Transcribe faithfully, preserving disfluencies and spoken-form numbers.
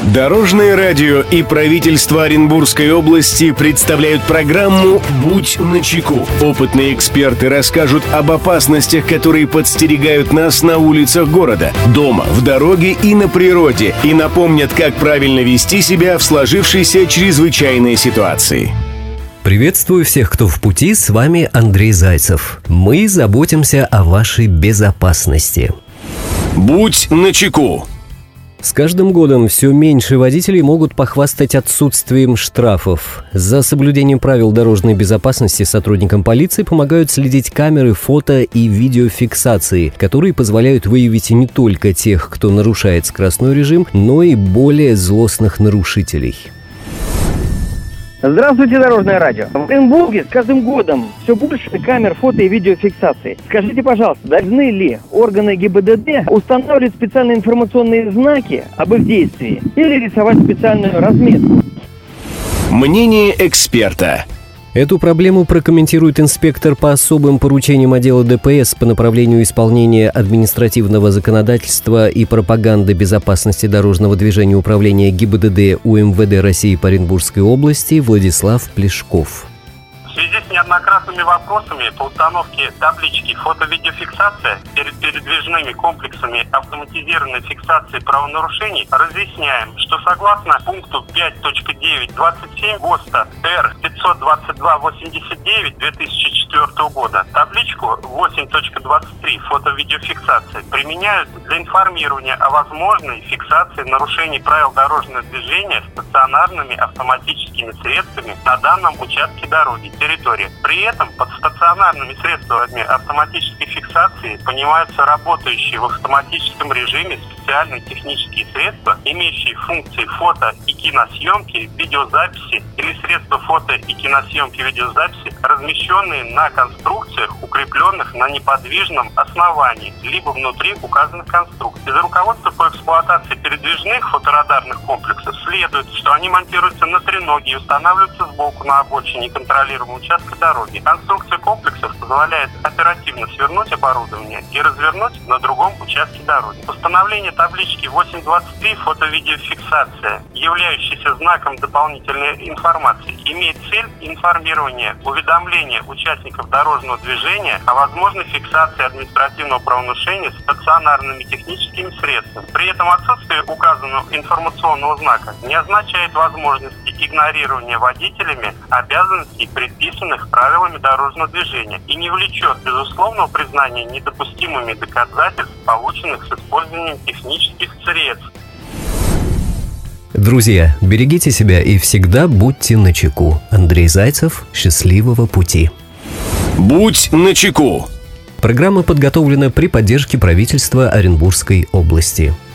Дорожное радио и правительство Оренбургской области представляют программу «Будь начеку». Опытные эксперты расскажут об опасностях, которые подстерегают нас на улицах города, дома, в дороге и на природе, и напомнят, как правильно вести себя в сложившейся чрезвычайной ситуации. Приветствую всех, кто в пути, с вами Андрей Зайцев. Мы заботимся о вашей безопасности. Будь начеку. С каждым годом все меньше водителей могут похвастать отсутствием штрафов. За соблюдением правил дорожной безопасности сотрудникам полиции помогают следить камеры фото и видеофиксации, которые позволяют выявить не только тех, кто нарушает скоростной режим, но и более злостных нарушителей. Здравствуйте, Дорожное радио. В Оренбурге с каждым годом все больше камер фото и видеофиксации. Скажите, пожалуйста, должны ли органы ГИБДД устанавливать специальные информационные знаки об их действии или рисовать специальную разметку? Мнение эксперта. Эту проблему прокомментирует инспектор по особым поручениям отдела ДПС по направлению исполнения административного законодательства и пропаганды безопасности дорожного движения Управления ГИБДД УМВД России по Оренбургской области Владислав Плешков. В связи с неоднократными вопросами по установке таблички «Фото-видеофиксация» перед передвижными комплексами автоматизированной фиксации правонарушений разъясняем, что согласно пункту пять точка девять двадцать семь ГОСТа Р пятьсот двадцать два восемьдесят девять две тысячи четвёртого года табличку восемь точка двадцать три «Фото-видеофиксация» применяют для информирования о возможной фиксации нарушений правил дорожного движения стационарными автоматическими средствами на данном участке дороги. Территории. При этом под стационарными средствами автоматической фиксации понимаются работающие в автоматическом режиме специальные технические средства, имеющие функции фото и киносъемки, видеозаписи или средства фото и киносъемки, видеозаписи, размещенные на конструкциях, укрепленных на неподвижном основании, либо внутри указанных конструкций. Из руководства по эксплуатации передвижных фоторадарных комплексов следует, что они монтируются на треноге и устанавливаются сбоку на обочине контролируемого участка дороги. Конструкция комплексов позволяет оперативно свернуть оборудование и развернуть на другом участке дороги. Установление таблички восемь двадцать три «Фото-видеофиксация», являющейся знаком дополнительной информации, имеет цель информирования, уведомления участников дорожного движения о возможной фиксации административного правонарушения стационарными техническими средствами. При этом отсутствие указанного информационного знака не означает возможности игнорирования водителями обязанностей, предписанных правилами дорожного движения, и не влечет безусловного признания недопустимыми доказательств, полученных с использованием технических средств. Друзья, берегите себя и всегда будьте начеку. Андрей Зайцев. Счастливого пути. Будь начеку. Программа подготовлена при поддержке правительства Оренбургской области.